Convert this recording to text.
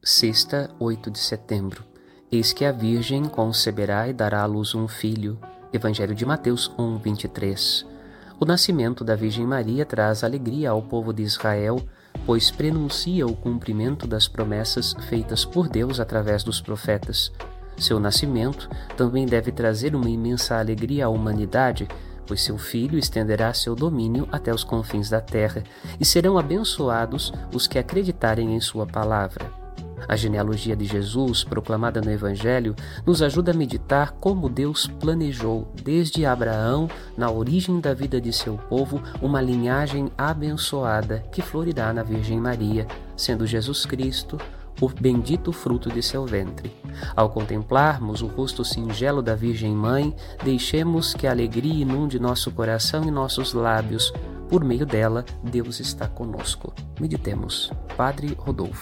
Sexta, 8 de setembro. Eis que a Virgem conceberá e dará à luz um filho. Evangelho de Mateus 1, 23. O nascimento da Virgem Maria traz alegria ao povo de Israel, pois prenuncia o cumprimento das promessas feitas por Deus através dos profetas. Seu nascimento também deve trazer uma imensa alegria à humanidade, pois seu filho estenderá seu domínio até os confins da terra, e serão abençoados os que acreditarem em sua palavra. A genealogia de Jesus, proclamada no Evangelho, nos ajuda a meditar como Deus planejou, desde Abraão, na origem da vida de seu povo, uma linhagem abençoada que florirá na Virgem Maria, sendo Jesus Cristo o bendito fruto de seu ventre. Ao contemplarmos o rosto singelo da Virgem Mãe, deixemos que a alegria inunde nosso coração e nossos lábios. Por meio dela, Deus está conosco. Meditemos. Padre Rodolfo.